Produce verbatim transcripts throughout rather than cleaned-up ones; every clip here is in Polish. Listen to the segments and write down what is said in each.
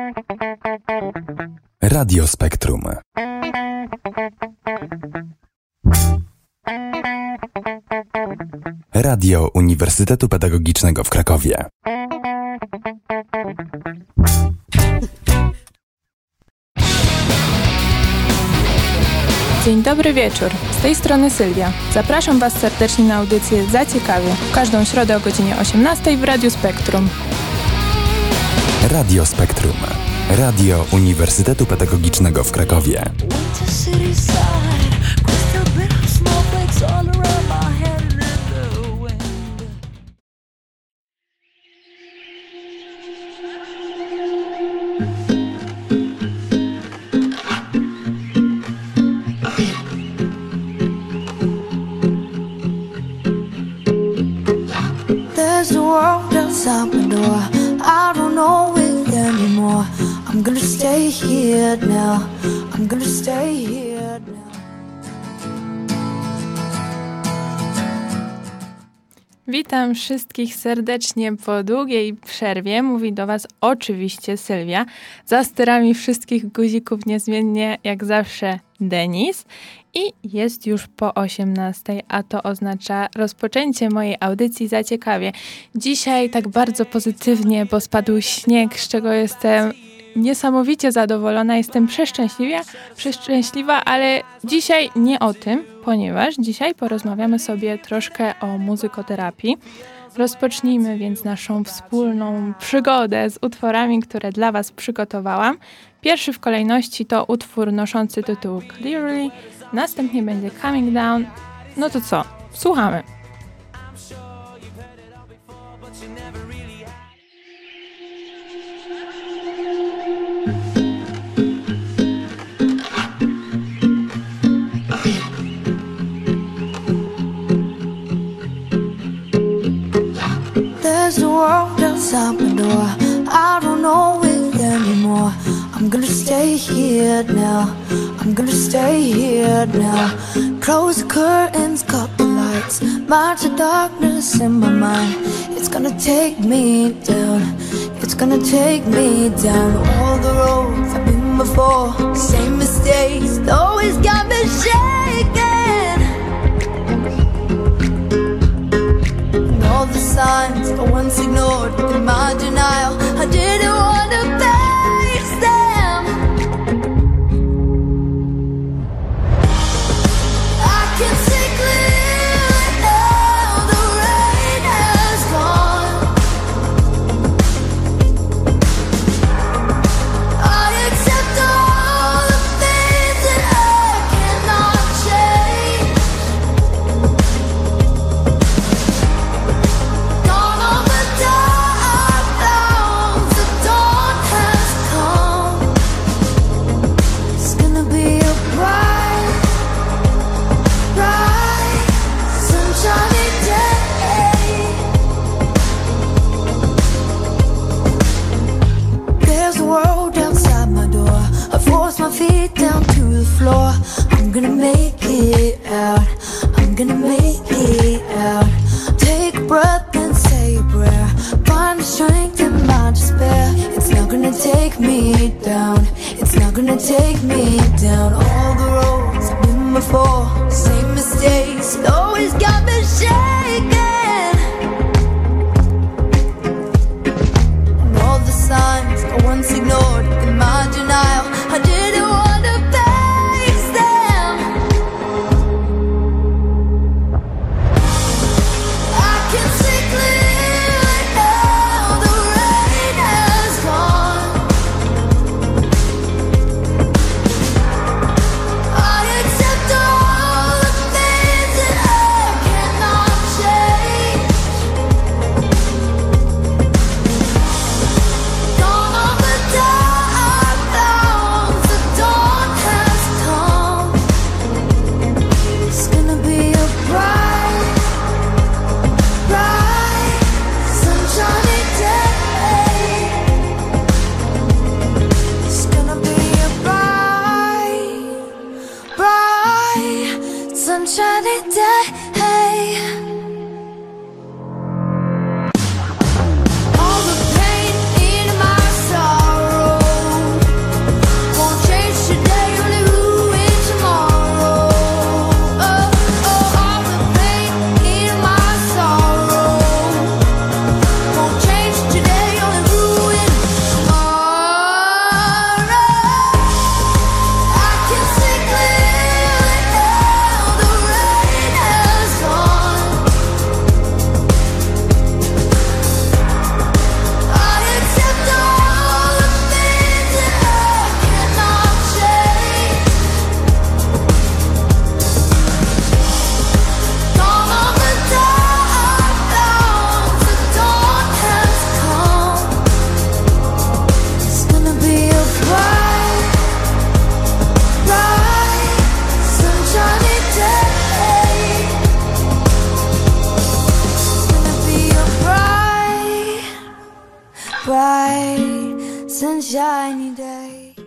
Radio Spektrum. Radio Uniwersytetu Pedagogicznego w Krakowie. Dzień dobry wieczór, z tej strony Sylwia. Zapraszam Was serdecznie na audycję Za Ciekawie, w każdą środę o godzinie osiemnastej w Radiu Spektrum. Radio Spektrum. Radio Uniwersytetu Pedagogicznego w Krakowie. There's a world outside my door. I don't know it anymore. I'm gonna stay here now. I'm gonna stay here now. Witam wszystkich serdecznie po długiej przerwie. Mówi do Was oczywiście Sylwia. Za sterami wszystkich guzików niezmiennie jak zawsze Denis. I jest już po osiemnastej, a to oznacza rozpoczęcie mojej audycji Za Ciekawie. Dzisiaj tak bardzo pozytywnie, bo spadł śnieg, z czego jestem niesamowicie zadowolona. Jestem przeszczęśliwa, przeszczęśliwa, ale dzisiaj nie o tym, ponieważ dzisiaj porozmawiamy sobie troszkę o muzykoterapii. Rozpocznijmy więc naszą wspólną przygodę z utworami, które dla Was przygotowałam. Pierwszy w kolejności to utwór noszący tytuł Clearly, następnie będzie Coming Down. No to co? Słuchamy. There's a world outside my door. I don't know it anymore. I'm gonna stay here now. I'm gonna stay here now. Close the curtains, cut the lights. March the darkness in my mind. It's gonna take me down. It's gonna take me down. All the roads I've been before. Same mistakes, always got me shaking. And all the signs I once ignored in my denial, I didn't want to face them. I can see clearly now, the rain has gone. I accept all the things that I cannot change. Gone all the dark clouds, the dawn has come. It's gonna be a bright, bright, sunshiny day. There's a world outside my door. I force my feet down to the floor. I'm gonna make it out. I'm gonna make it out. Take a breath and say a prayer. Find the strength in my despair. It's not gonna take me down. It's not gonna take me down. All the roads I've been before. Same mistakes, it always got me shaking. And all the signs I once ignored in my denial, I didn't want to face them. I can see clearly now, the rain has gone. I accept all the things that I cannot change. Gone all the dark sunshiny day.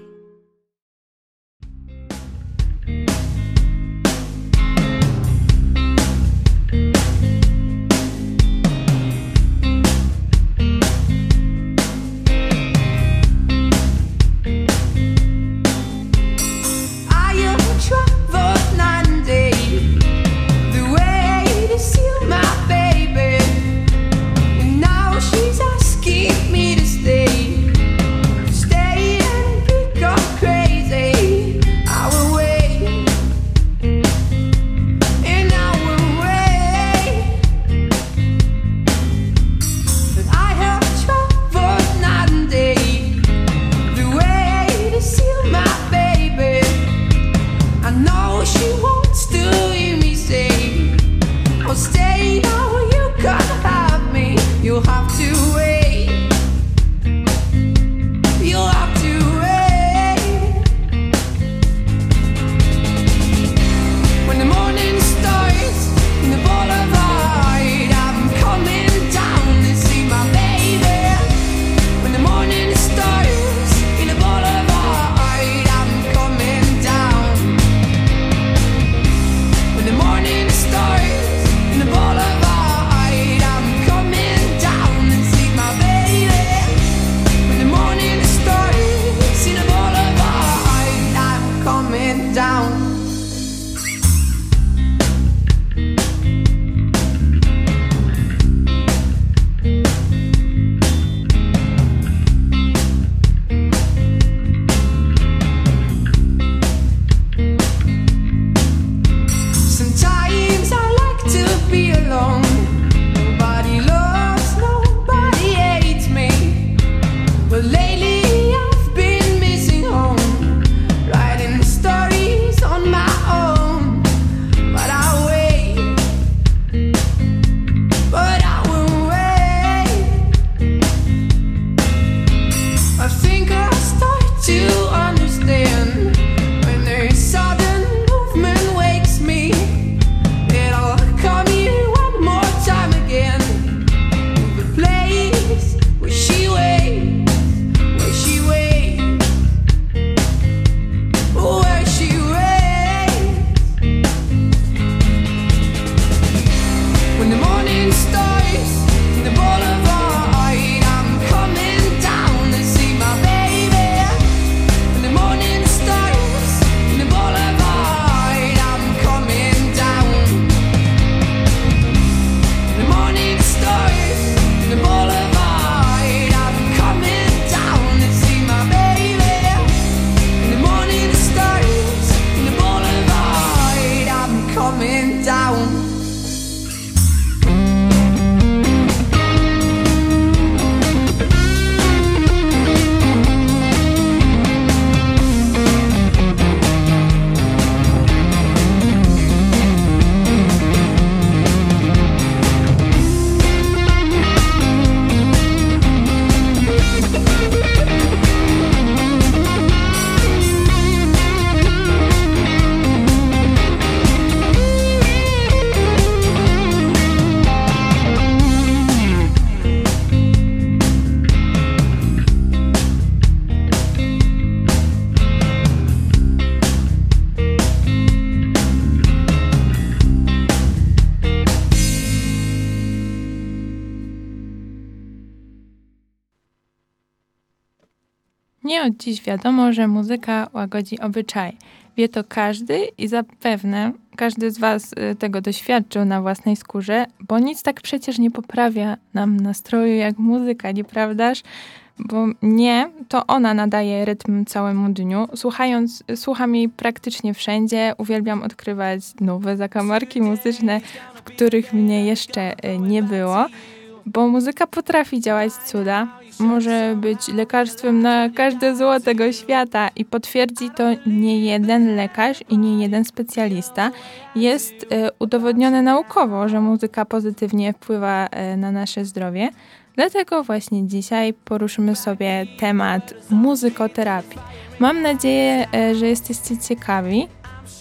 Nie od dziś wiadomo, że muzyka łagodzi obyczaje. Wie to każdy i zapewne każdy z was tego doświadczył na własnej skórze, bo nic tak przecież nie poprawia nam nastroju jak muzyka, nieprawdaż? Bo mnie, to ona nadaje rytm całemu dniu. Słuchając, słucham jej praktycznie wszędzie. Uwielbiam odkrywać nowe zakamarki muzyczne, w których mnie jeszcze nie było. Bo muzyka potrafi działać cuda. Może być lekarstwem na każde zło tego świata i potwierdzi to nie jeden lekarz i nie jeden specjalista. Jest e, udowodnione naukowo, że muzyka pozytywnie wpływa e, na nasze zdrowie. Dlatego właśnie dzisiaj poruszymy sobie temat muzykoterapii. Mam nadzieję, e, że jesteście ciekawi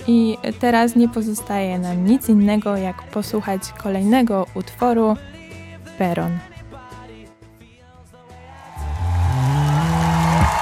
i teraz nie pozostaje nam nic innego, jak posłuchać kolejnego utworu Peron.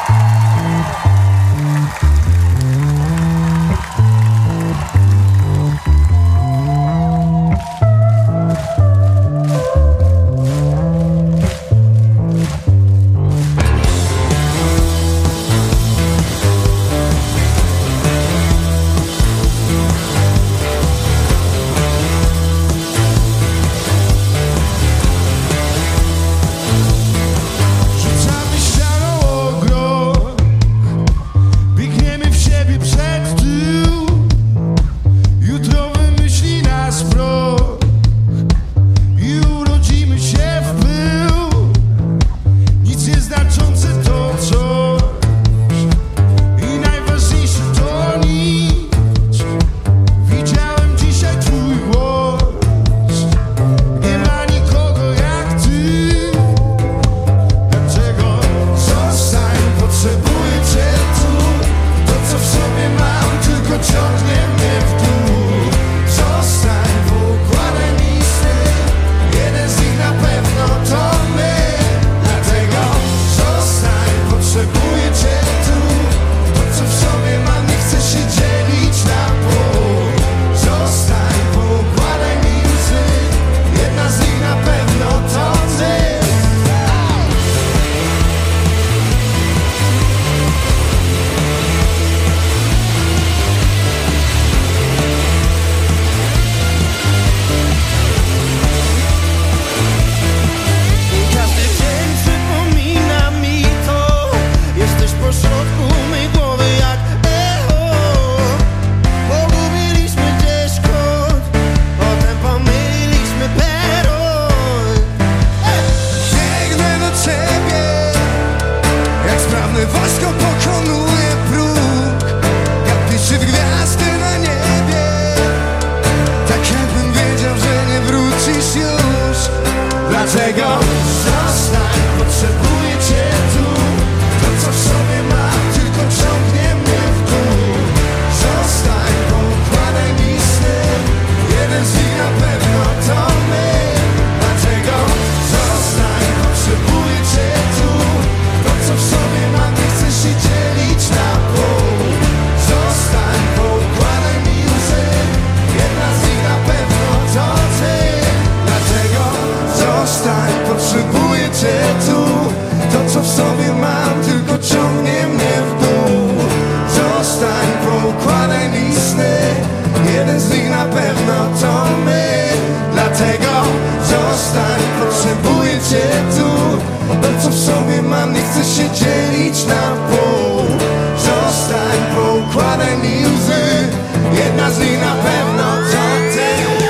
ciągnie mnie w dół. Zostań, poukładaj mi sny, jeden z nich na pewno to my. Dlatego zostań, potrzebuję cię tu. To co w sobie mam, nie chcę się dzielić na pół. Zostań, poukładaj mi łzy, jedna z nich na pewno to ty.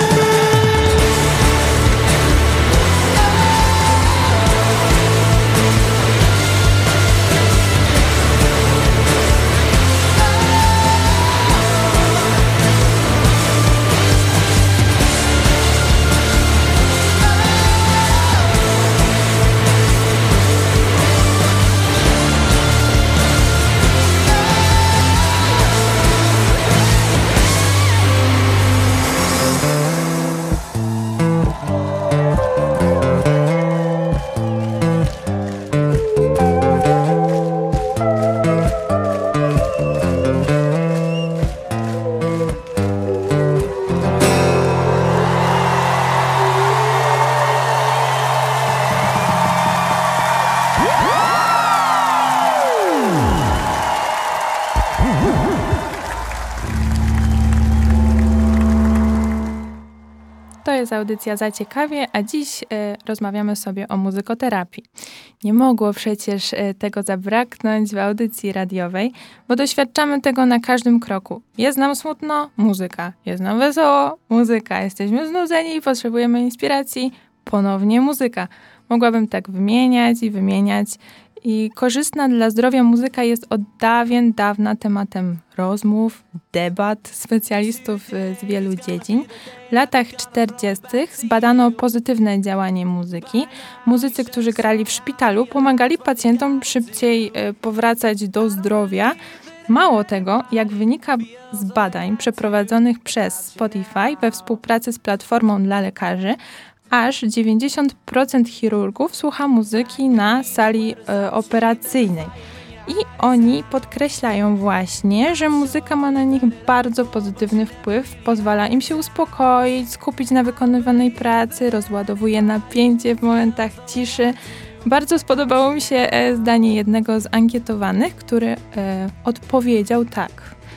To jest audycja Zaciekawie, a dziś y, rozmawiamy sobie o muzykoterapii. Nie mogło przecież y, tego zabraknąć w audycji radiowej, bo doświadczamy tego na każdym kroku. Jest nam smutno? Muzyka. Jest nam wesoło? Muzyka. Jesteśmy znudzeni i potrzebujemy inspiracji? Ponownie muzyka. Mogłabym tak wymieniać i wymieniać. I korzystna dla zdrowia muzyka jest od dawien dawna tematem rozmów, debat specjalistów z wielu dziedzin. W latach czterdziestych zbadano pozytywne działanie muzyki. Muzycy, którzy grali w szpitalu, pomagali pacjentom szybciej powracać do zdrowia. Mało tego, jak wynika z badań przeprowadzonych przez Spotify we współpracy z platformą dla lekarzy, aż dziewięćdziesiąt procent chirurgów słucha muzyki na sali e, operacyjnej. I oni podkreślają właśnie, że muzyka ma na nich bardzo pozytywny wpływ, pozwala im się uspokoić, skupić na wykonywanej pracy, rozładowuje napięcie w momentach ciszy. Bardzo spodobało mi się e, zdanie jednego z ankietowanych, który e, odpowiedział tak.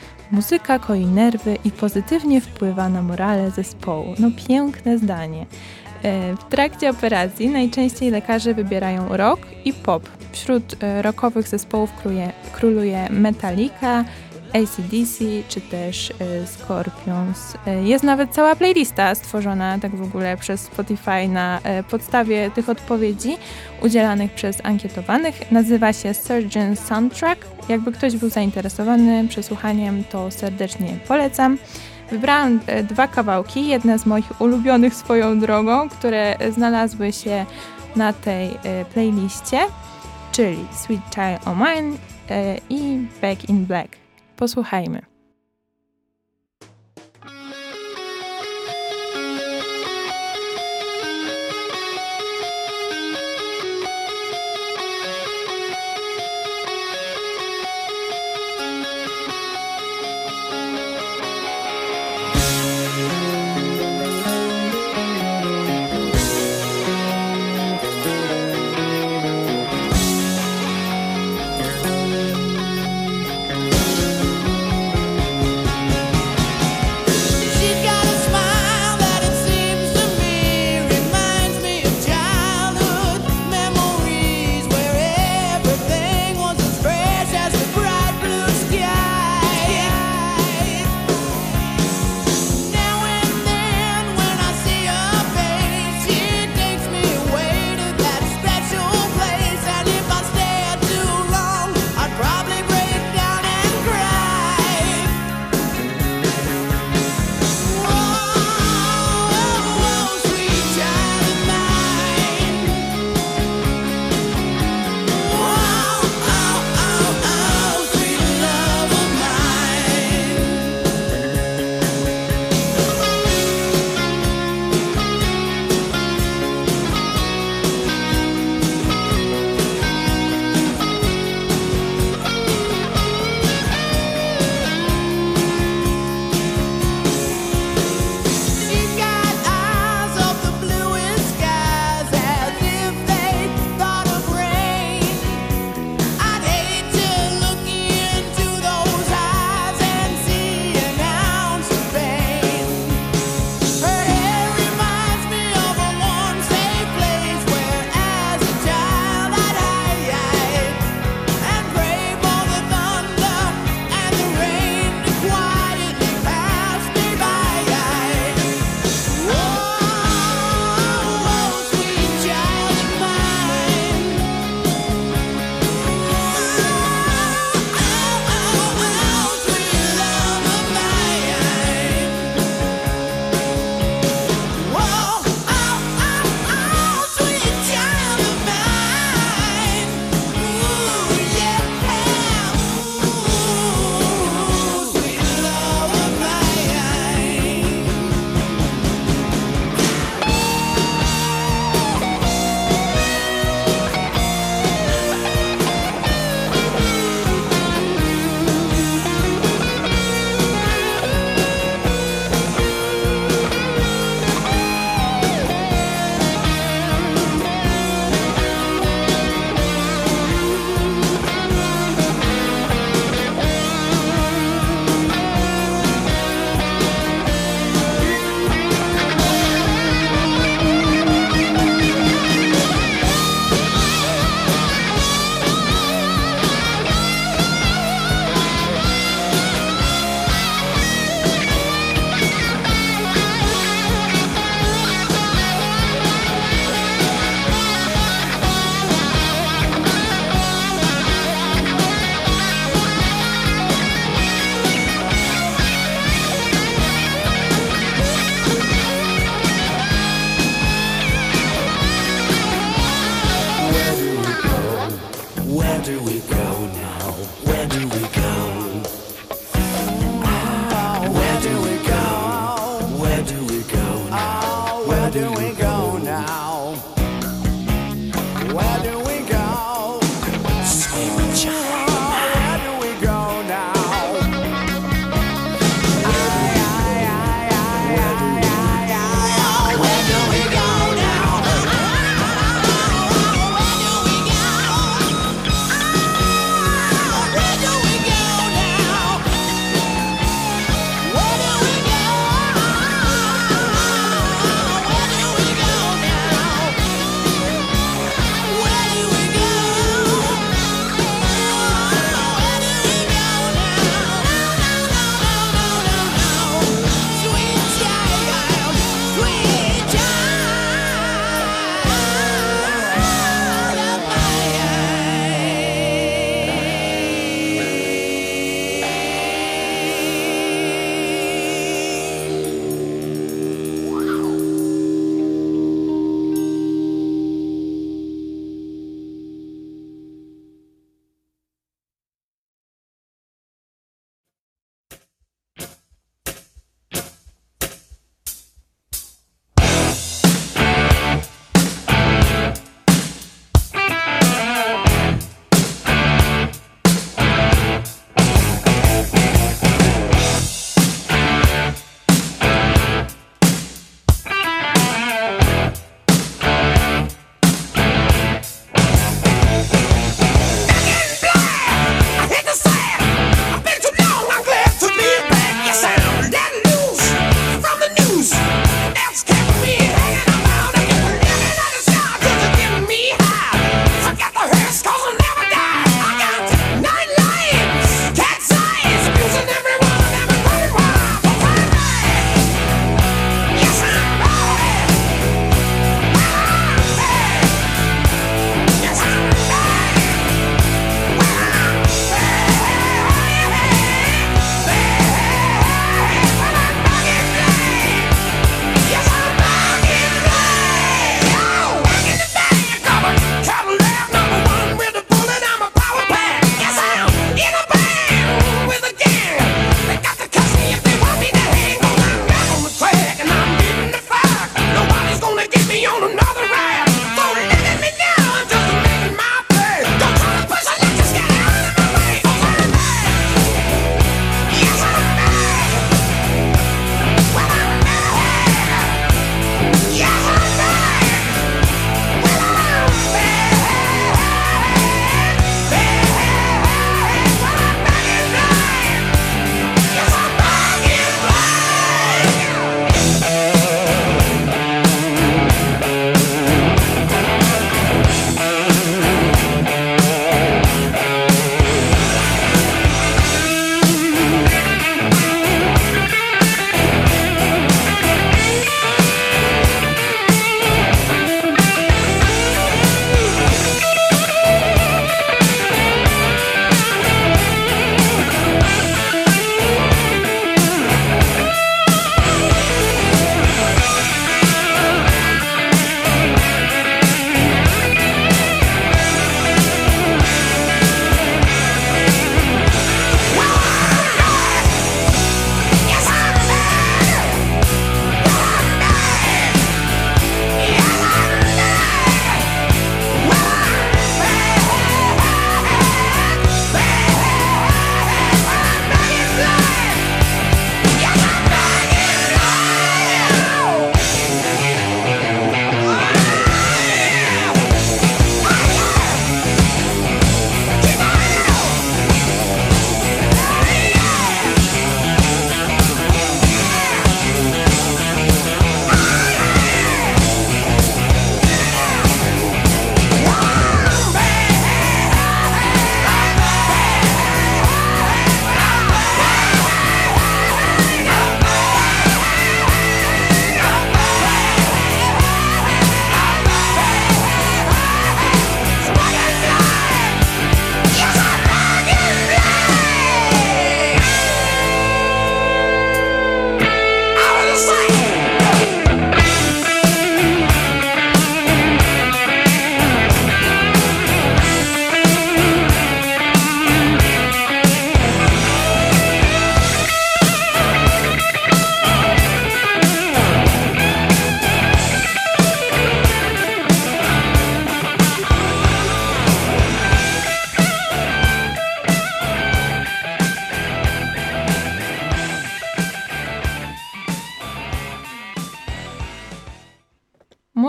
Muzyka koi nerwy i pozytywnie wpływa na morale zespołu. No piękne zdanie. W trakcie operacji najczęściej lekarze wybierają rock i pop. Wśród rockowych zespołów króluje, króluje Metallica, A C D C czy też Scorpions. Jest nawet cała playlista stworzona tak w ogóle przez Spotify na podstawie tych odpowiedzi udzielanych przez ankietowanych. Nazywa się Surgeon Soundtrack. Jakby ktoś był zainteresowany przesłuchaniem, to serdecznie polecam. Wybrałam dwa kawałki, jedne z moich ulubionych swoją drogą, które znalazły się na tej playliście, czyli Sweet Child O' Mine i Back in Black. Posłuchajmy. do we go now? Where do we go? Say me, child, where do we go now? Where do we go?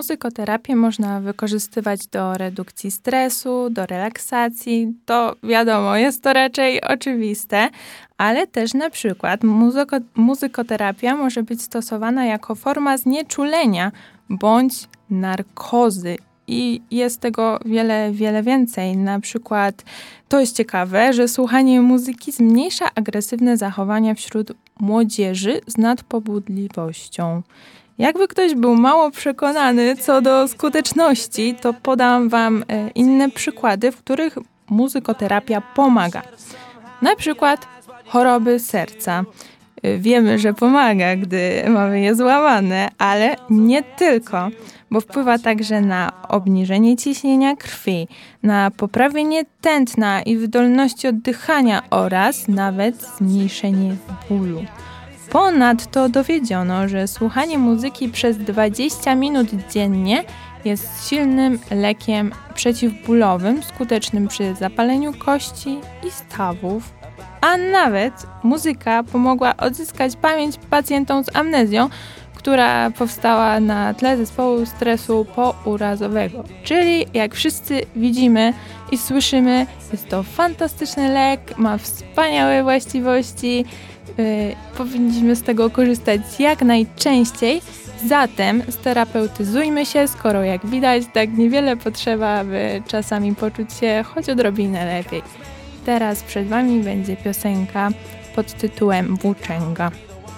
muzykoterapię można wykorzystywać do redukcji stresu, do relaksacji. To wiadomo, jest to raczej oczywiste, ale też na przykład muzyko- muzykoterapia może być stosowana jako forma znieczulenia bądź narkozy. I jest tego wiele, wiele więcej. Na przykład to jest ciekawe, że słuchanie muzyki zmniejsza agresywne zachowania wśród młodzieży z nadpobudliwością. Jakby ktoś był mało przekonany co do skuteczności, to podam wam inne przykłady, w których muzykoterapia pomaga. Na przykład choroby serca. Wiemy, że pomaga, gdy mamy je złamane, ale nie tylko, bo wpływa także na obniżenie ciśnienia krwi, na poprawienie tętna i wydolności oddychania oraz nawet zmniejszenie bólu. Ponadto dowiedziono, że słuchanie muzyki przez dwadzieścia minut dziennie jest silnym lekiem przeciwbólowym, skutecznym przy zapaleniu kości i stawów. A nawet muzyka pomogła odzyskać pamięć pacjentom z amnezją, która powstała na tle zespołu stresu pourazowego. Czyli jak wszyscy widzimy i słyszymy, jest to fantastyczny lek, ma wspaniałe właściwości, yy, powinniśmy z tego korzystać jak najczęściej. Zatem sterapeutyzujmy się, skoro jak widać tak niewiele potrzeba, by czasami poczuć się choć odrobinę lepiej. Teraz przed wami będzie piosenka pod tytułem Włóczęga.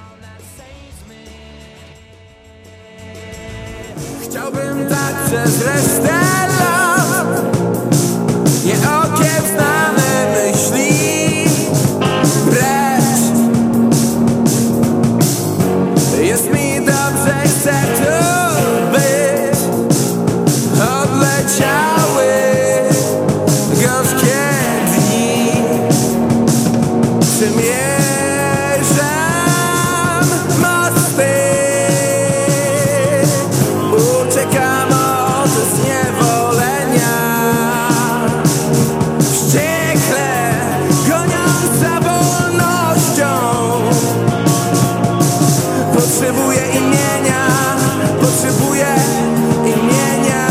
Chciałbym tak przez resztę lat, nie okiełznane myśli precz. Jest mi dobrze, chcę tu być. Odleciały gorzkie dni. Przymierzam mosty, uciekam od zniewolenia, wściekle goniąc za wolnością. Potrzebuję imienia, potrzebuję imienia.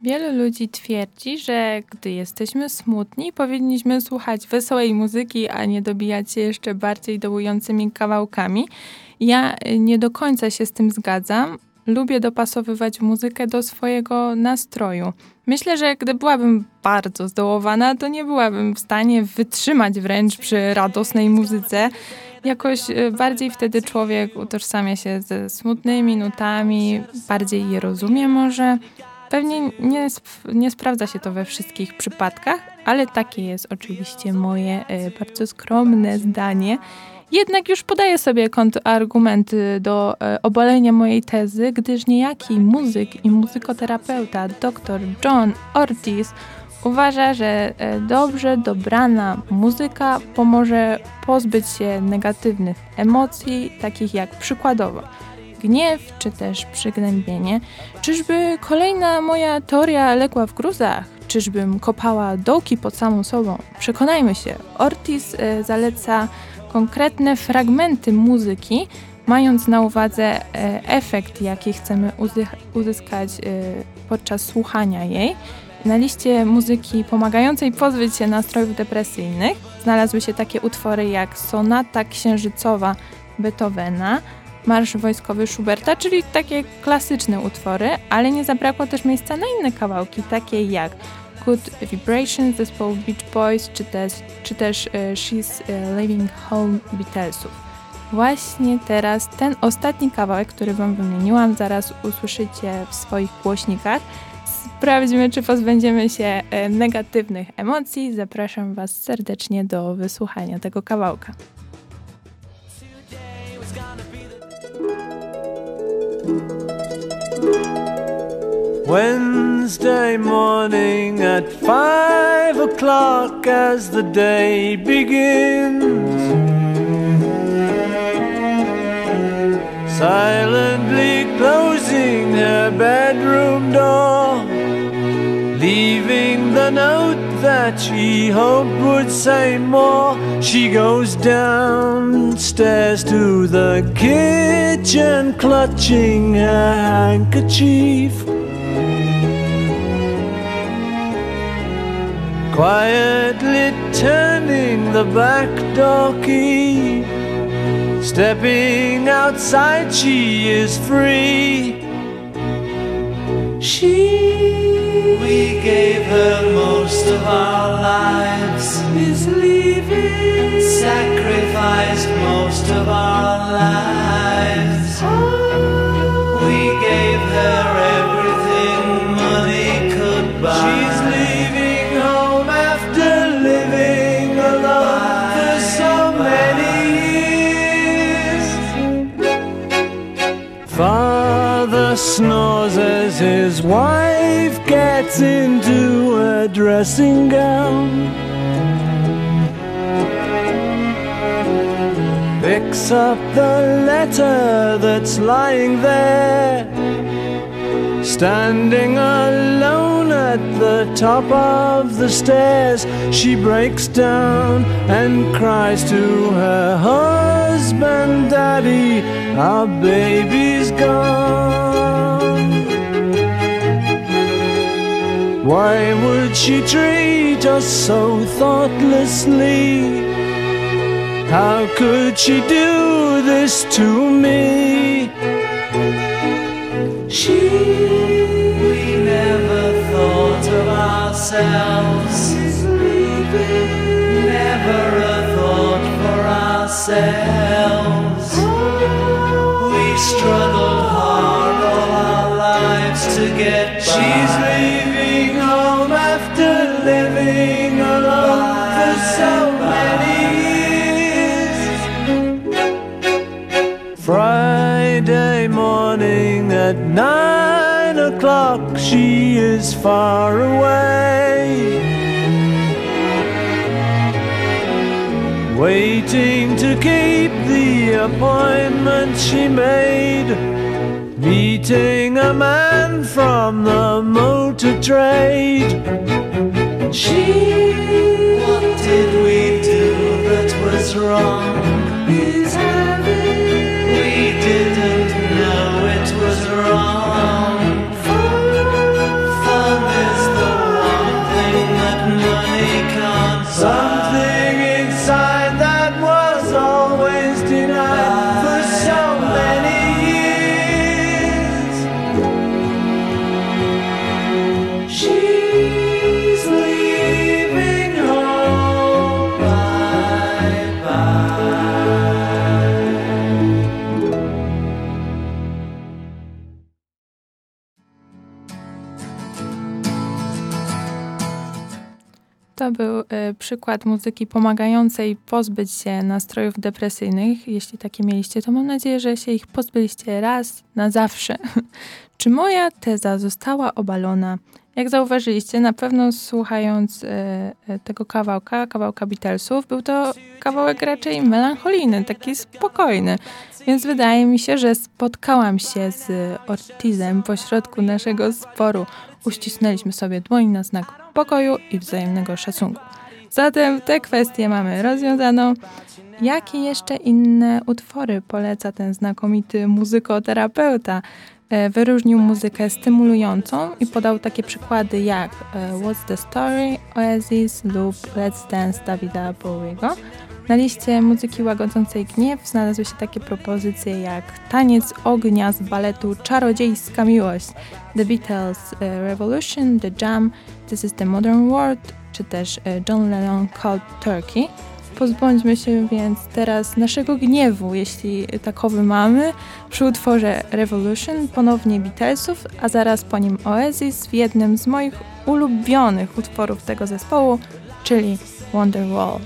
Wielu ludzi twierdzi, że gdy jesteśmy smutni, powinniśmy słuchać wesołej muzyki, a nie dobijać się jeszcze bardziej dołującymi kawałkami. Ja nie do końca się z tym zgadzam. Lubię dopasowywać muzykę do swojego nastroju. Myślę, że gdy byłabym bardzo zdołowana, to nie byłabym w stanie wytrzymać wręcz przy radosnej muzyce. Jakoś bardziej wtedy człowiek utożsamia się ze smutnymi nutami, bardziej je rozumie może. Pewnie nie, sp- nie sprawdza się to we wszystkich przypadkach, ale takie jest oczywiście moje y, bardzo skromne zdanie. Jednak już podaję sobie kontrargumenty do y, obalenia mojej tezy, gdyż niejaki muzyk i muzykoterapeuta dr John Ortiz uważa, że y, dobrze dobrana muzyka pomoże pozbyć się negatywnych emocji, takich jak przykładowo gniew, czy też przygnębienie. Czyżby kolejna moja teoria legła w gruzach? Czyżbym kopała dołki pod samą sobą? Przekonajmy się, Ortiz y, zaleca konkretne fragmenty muzyki, mając na uwadze y, efekt, jaki chcemy uzych- uzyskać y, podczas słuchania jej. Na liście muzyki pomagającej pozbyć się nastrojów depresyjnych znalazły się takie utwory jak Sonata Księżycowa Beethovena, Marsz Wojskowy Schuberta, czyli takie klasyczne utwory, ale nie zabrakło też miejsca na inne kawałki, takie jak Good Vibrations zespołu Beach Boys, czy też, czy też uh, She's uh, Leaving Home Beatlesów. Właśnie teraz ten ostatni kawałek, który wam wymieniłam, zaraz usłyszycie w swoich głośnikach. Sprawdźmy, czy pozbędziemy się uh, negatywnych emocji. Zapraszam was serdecznie do wysłuchania tego kawałka. Wednesday morning at five o'clock as the day begins, silently closing her bedroom door, leaving the note that she hoped would say more. She goes downstairs to the kitchen, clutching her handkerchief, quietly turning the back door key. Stepping outside, she is free. She, we gave her most of our lives, is leaving, sacrificed most of our lives. We gave her everything money could buy. She's leaving home after living alone for so many years. Father snores as his wife gets into a dressing gown, picks up the letter that's lying there, standing alone at the top of the stairs. She breaks down and cries to her husband, "Daddy, our baby's gone." Why would she treat us so thoughtlessly? How could she do this to me? She, we never thought of ourselves, never a thought for ourselves. We struggled hard all our lives to get by. She's leaving home after living alone for so many years. Friday morning at nine o'clock, she is far away, waiting to keep the appointment she made, meeting a man from the motor trade. She, what did we do that was wrong? Is having, we didn't know it was wrong. Familiar To był y, przykład muzyki pomagającej pozbyć się nastrojów depresyjnych. Jeśli takie mieliście, to mam nadzieję, że się ich pozbyliście raz na zawsze. Czy moja teza została obalona? Jak zauważyliście, na pewno słuchając y, y, tego kawałka, kawałka Beatlesów, był to kawałek raczej melancholijny, taki spokojny. Więc wydaje mi się, że spotkałam się z Ortizem pośrodku naszego sporu. Uścisnęliśmy sobie dłoń na znak pokoju i wzajemnego szacunku. Zatem tę kwestię mamy rozwiązaną. Jakie jeszcze inne utwory poleca ten znakomity muzykoterapeuta? Wyróżnił muzykę stymulującą i podał takie przykłady jak What's the Story, Oasis lub Let's Dance Davida Bowiego. Na liście muzyki łagodzącej gniew znalazły się takie propozycje jak Taniec ognia z baletu Czarodziejska miłość, The Beatles, Revolution, The Jam, This is the Modern World, czy też John Lennon Cold Turkey. Pozbądźmy się więc teraz naszego gniewu, jeśli takowy mamy, przy utworze Revolution, ponownie Beatlesów, a zaraz po nim Oasis w jednym z moich ulubionych utworów tego zespołu, czyli Wonderwall.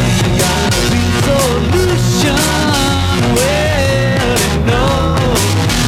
Solution, well, no.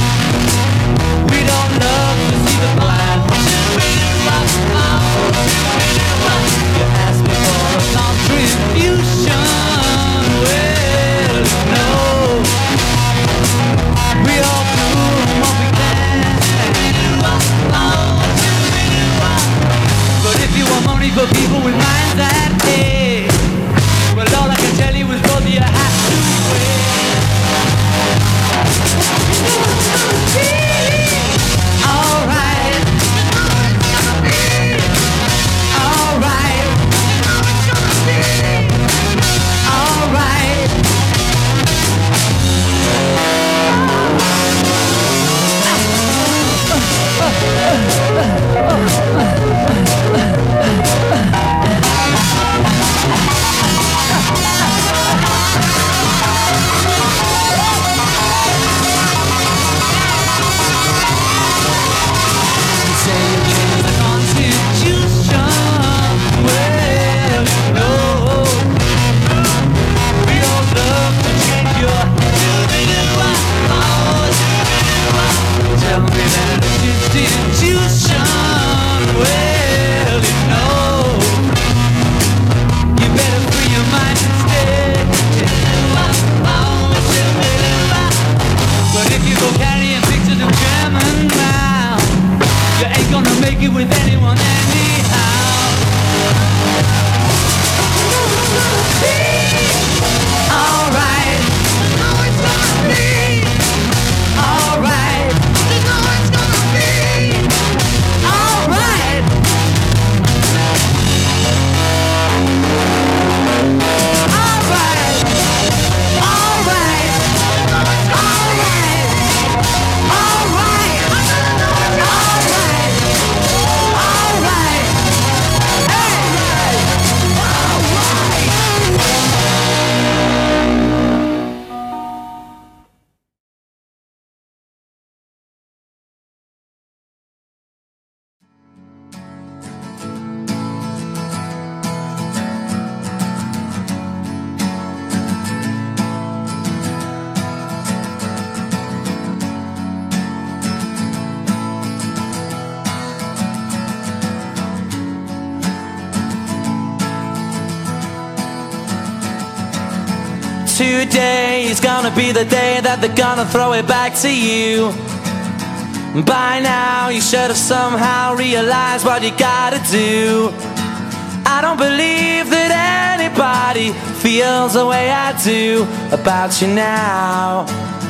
Today is gonna be the day that they're gonna throw it back to you. By now you should have somehow realized what you gotta do. I don't believe that anybody feels the way I do about you now.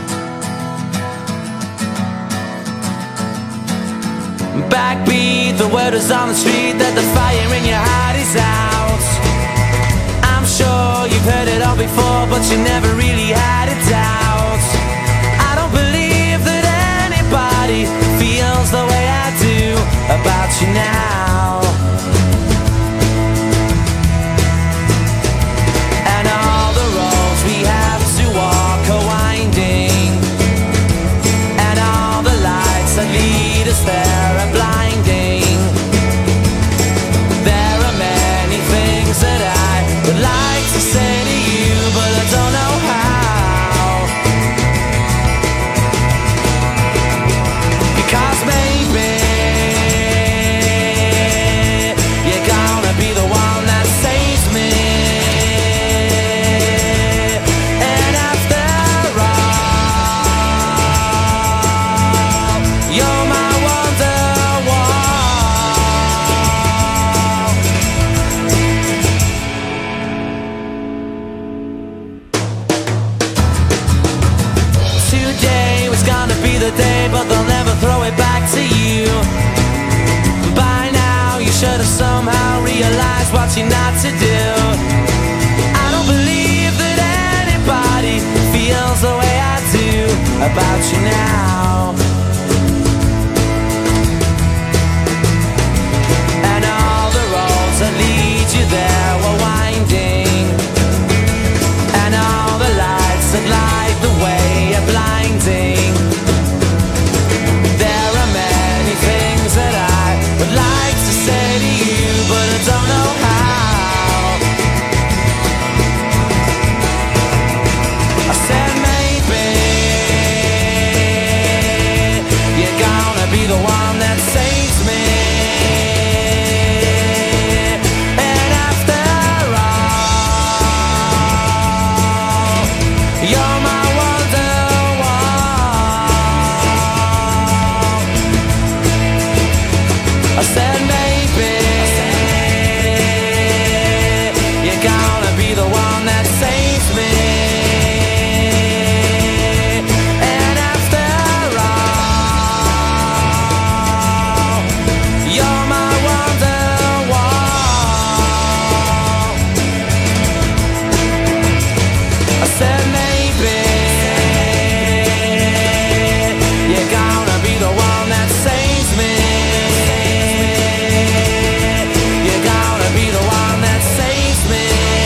Backbeat, the word is on the street that the fire in your heart is out. I'm sure you've heard it all before, but you never really had a doubt. I don't believe that anybody feels the way I do about you now. And all the roads we have to walk are winding, and all the lights that lead us there are blinding. There are many things that I would like to say to you, but I don't know how. Because maybe you're gonna be the one that saves me. And after all, you're my Wonderwall. Today was gonna be the day, but they'll never throw it back to you. By now you should have somehow realized what you're not to do. I don't believe that anybody feels the way I do about you now. And all the roads that lead you there were winding, and all the lights that light the way are blinding. There are many things that I would like to say to you, but I don't know how. I said maybe you're gonna be the one that saves me. And after all, you're my Wonderwall. I said maybe you're gonna be the one that saves me. And after all, you're my Wonderwall. I said maybe you're gonna be the one that saves me. You're gonna be the one that saves me.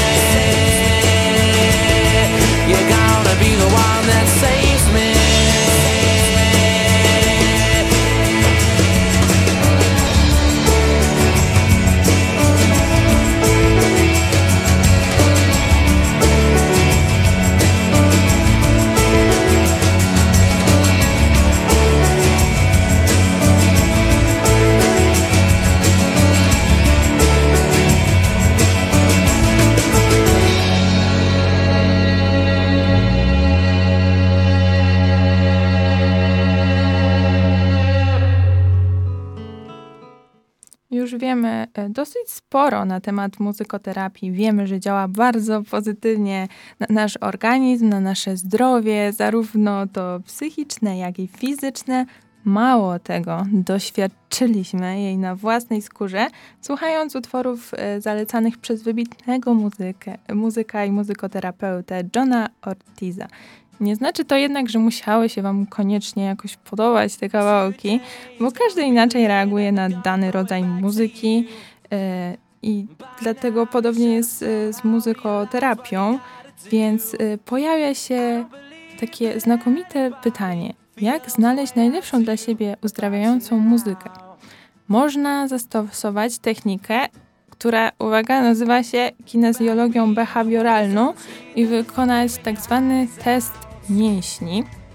You're gonna be the one that saves me. Już wiemy e, dosyć sporo na temat muzykoterapii. Wiemy, że działa bardzo pozytywnie na nasz organizm, na nasze zdrowie, zarówno to psychiczne, jak i fizyczne. Mało tego, doświadczyliśmy jej na własnej skórze, słuchając utworów e, zalecanych przez wybitnego muzykę, muzyka i muzykoterapeutę Johna Ortiza. Nie znaczy to jednak, że musiały się wam koniecznie jakoś podobać te kawałki, bo każdy inaczej reaguje na dany rodzaj muzyki yy, i dlatego podobnie jest yy, z muzykoterapią, więc yy, pojawia się takie znakomite pytanie, jak znaleźć najlepszą dla siebie uzdrawiającą muzykę? Można zastosować technikę, która, uwaga, nazywa się kinezjologią behawioralną i wykonać tak zwany test mięśni.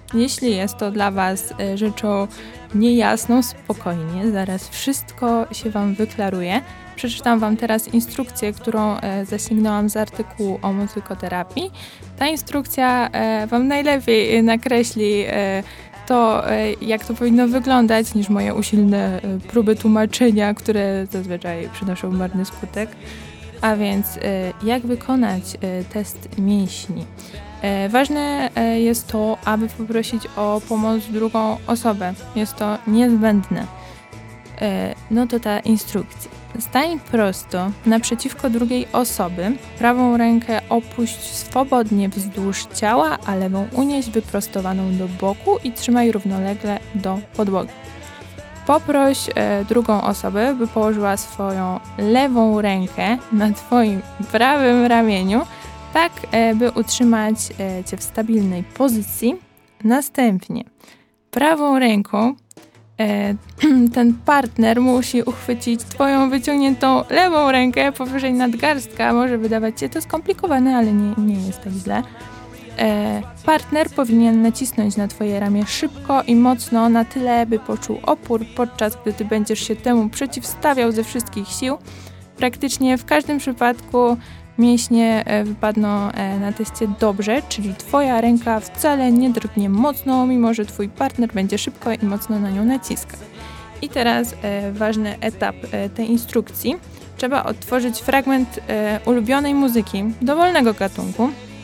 Jeśli jest to dla Was e, rzeczą niejasną, spokojnie, zaraz wszystko się Wam wyklaruje. Przeczytam Wam teraz instrukcję, którą e, zasięgnęłam z artykułu o muzykoterapii. Ta instrukcja e, Wam najlepiej nakreśli e, to, e, jak to powinno wyglądać, niż moje usilne e, próby tłumaczenia, które zazwyczaj przynoszą marny skutek. A więc e, jak wykonać e, test mięśni. E, ważne e, jest to, aby poprosić o pomoc drugą osobę. Jest to niezbędne. E, no to ta instrukcja. Stań prosto naprzeciwko drugiej osoby, prawą rękę opuść swobodnie wzdłuż ciała, a lewą unieś wyprostowaną do boku i trzymaj równolegle do podłogi. Poproś e, drugą osobę, by położyła swoją lewą rękę na Twoim prawym ramieniu, tak e, by utrzymać e, Cię w stabilnej pozycji. Następnie prawą ręką e, ten partner musi uchwycić Twoją wyciągniętą lewą rękę powyżej nadgarstka. Może wydawać się to skomplikowane, ale nie, nie jest tak źle. E, partner powinien nacisnąć na Twoje ramię szybko i mocno, na tyle, by poczuł opór, podczas gdy Ty będziesz się temu przeciwstawiał ze wszystkich sił. Praktycznie w każdym przypadku mięśnie e, wypadną e, na teście dobrze, czyli Twoja ręka wcale nie drgnie mocno, mimo że Twój partner będzie szybko i mocno na nią naciskać. I teraz e, ważny etap e, tej instrukcji. Trzeba odtworzyć fragment e, ulubionej muzyki dowolnego gatunku.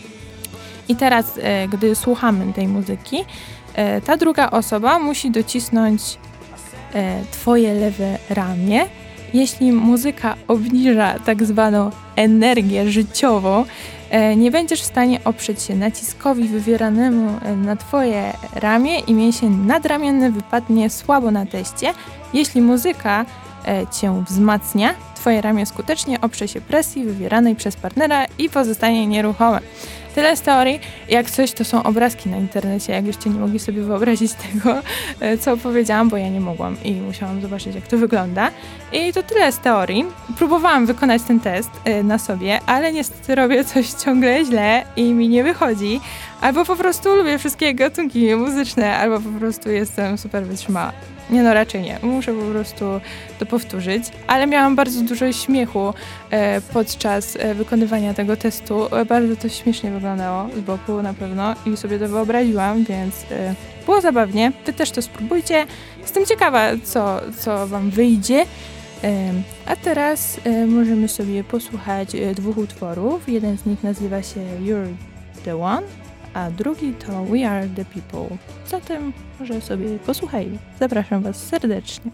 I teraz, e, gdy słuchamy tej muzyki, e, ta druga osoba musi docisnąć e, Twoje lewe ramię. Jeśli muzyka obniża tak zwaną energię życiową, e, nie będziesz w stanie oprzeć się naciskowi wywieranemu na Twoje ramię i mięsień nadramienny wypadnie słabo na teście. Jeśli muzyka e, Cię wzmacnia, Twoje ramię skutecznie oprze się presji wywieranej przez partnera i pozostanie nieruchome. Tyle z teorii. Jak coś, to są obrazki na internecie, jakbyście nie mogli sobie wyobrazić tego, co opowiedziałam, bo ja nie mogłam i musiałam zobaczyć, jak to wygląda. I to tyle z teorii. Próbowałam wykonać ten test na sobie, ale niestety robię coś ciągle źle i mi nie wychodzi. Albo po prostu lubię wszystkie gatunki muzyczne, albo po prostu jestem super wytrzymała. Nie no, raczej nie. Muszę po prostu to powtórzyć. Ale miałam bardzo dużo śmiechu e, podczas e, wykonywania tego testu. E, bardzo to śmiesznie wyglądało z boku na pewno i sobie to wyobraziłam, więc e, było zabawnie. Wy też to spróbujcie. Jestem ciekawa, co, co wam wyjdzie. E, a teraz e, możemy sobie posłuchać e, dwóch utworów. Jeden z nich nazywa się You're the One, a drugi to We Are the People. Zatem może sobie posłuchajmy. Zapraszam Was serdecznie.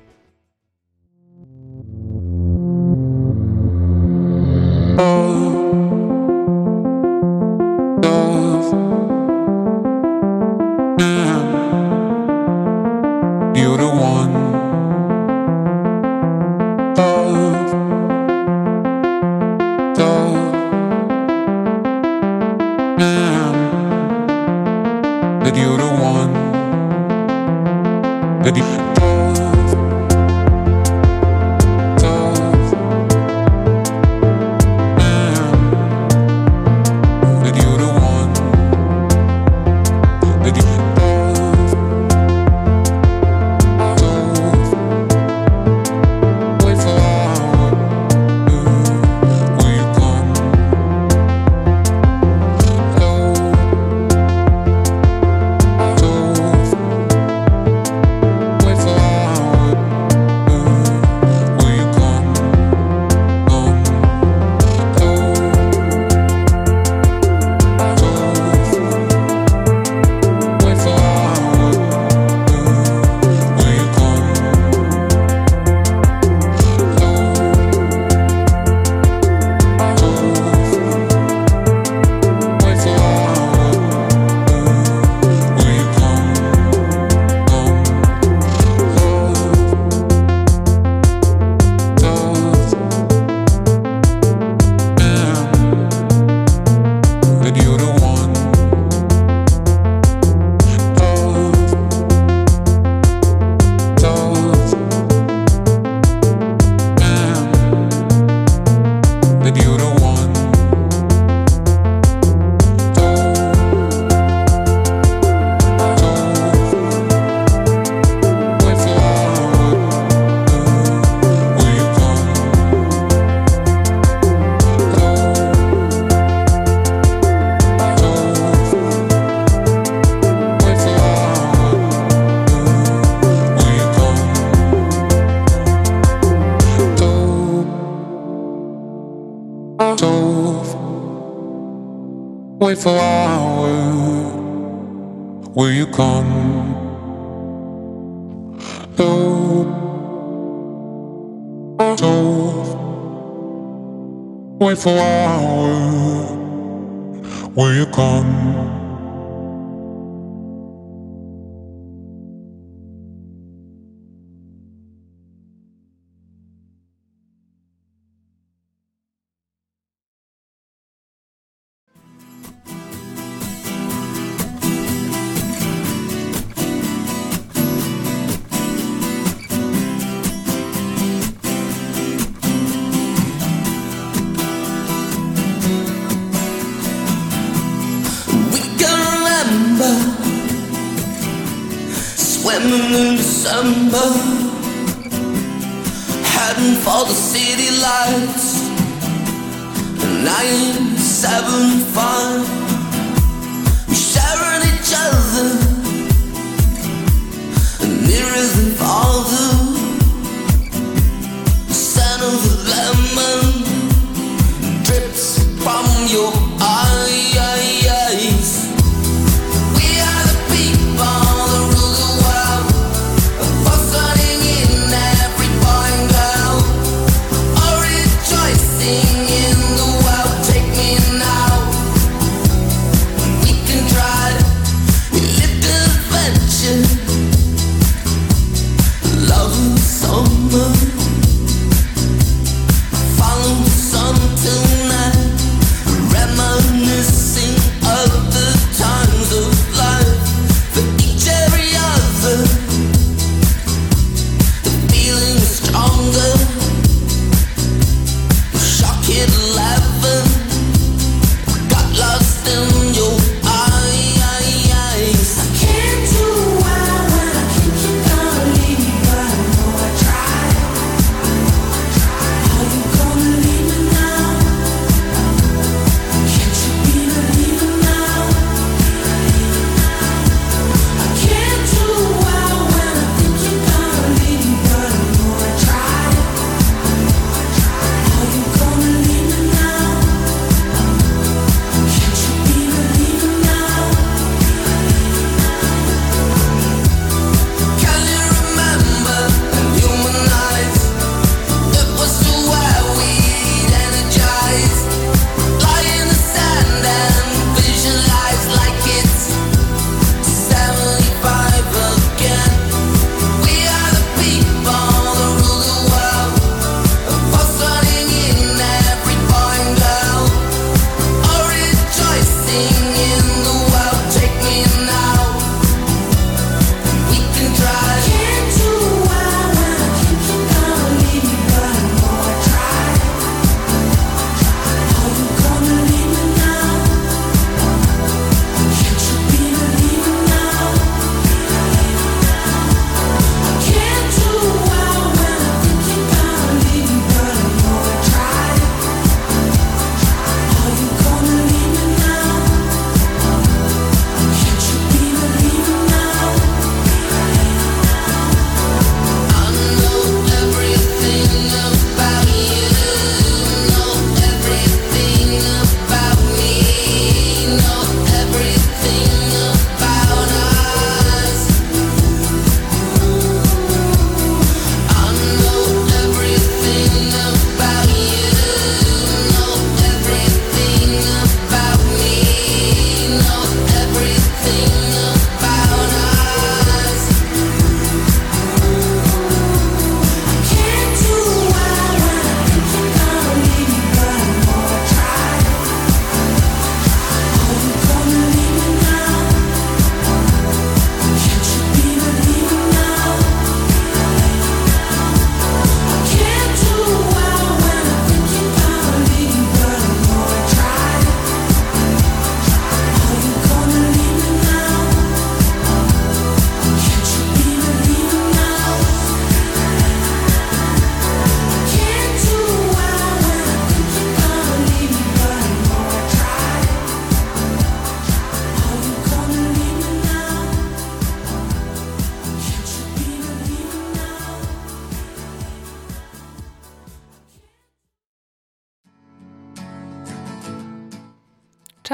You're the one. That you're the one, that you with wait for hours. Will you come? No. So wait for hours. Will you come? Swimming in December, heading for the city lights. nine seven five, we sharing each other, nearer than farther. The scent of the lemon drips from your eyes. We are the people that rule the world, buzzing in every boy and girl, all rejoicing in the world. Take me now,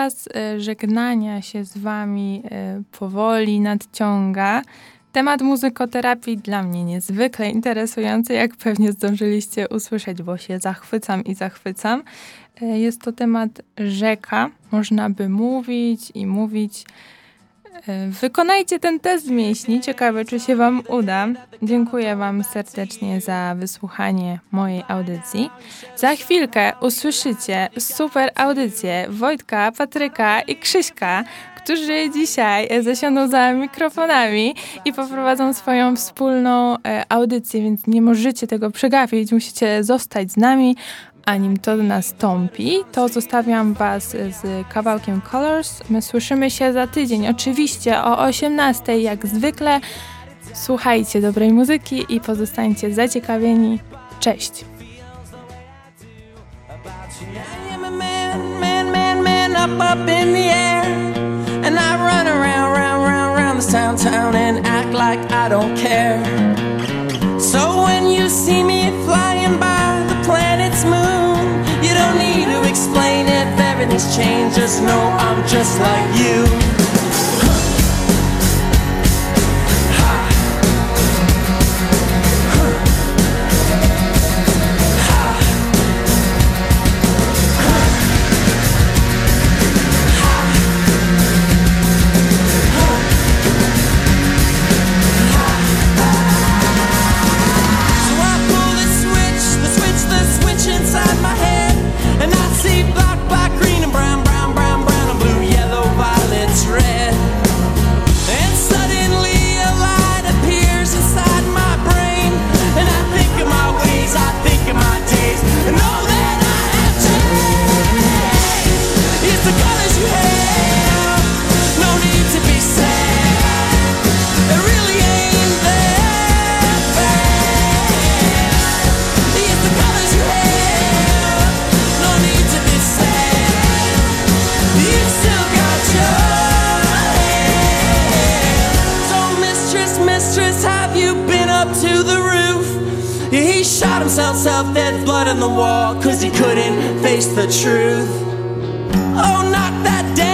czas e, żegnania się z wami e, powoli nadciąga. Temat muzykoterapii dla mnie niezwykle interesujący, jak pewnie zdążyliście usłyszeć, bo się zachwycam i zachwycam. E, jest to temat rzeka. Można by mówić i mówić. Wykonajcie ten test mięśni. Ciekawe, czy się wam uda. Dziękuję wam serdecznie za wysłuchanie mojej audycji. Za chwilkę usłyszycie super audycję Wojtka, Patryka i Krzyśka, którzy dzisiaj zasiądą za mikrofonami i poprowadzą swoją wspólną audycję, więc nie możecie tego przegapić. Musicie zostać z nami. A nim to nastąpi, to zostawiam was z kawałkiem Colors. My słyszymy się za tydzień, oczywiście o osiemnastej, jak zwykle. Słuchajcie dobrej muzyki i pozostańcie zaciekawieni. Cześć! So when you see me flying by the planet's moon, you don't need to explain if everything's changed, just know I'm just like you. Himself, there's blood on the wall, cause he couldn't face the truth. Oh, not that day.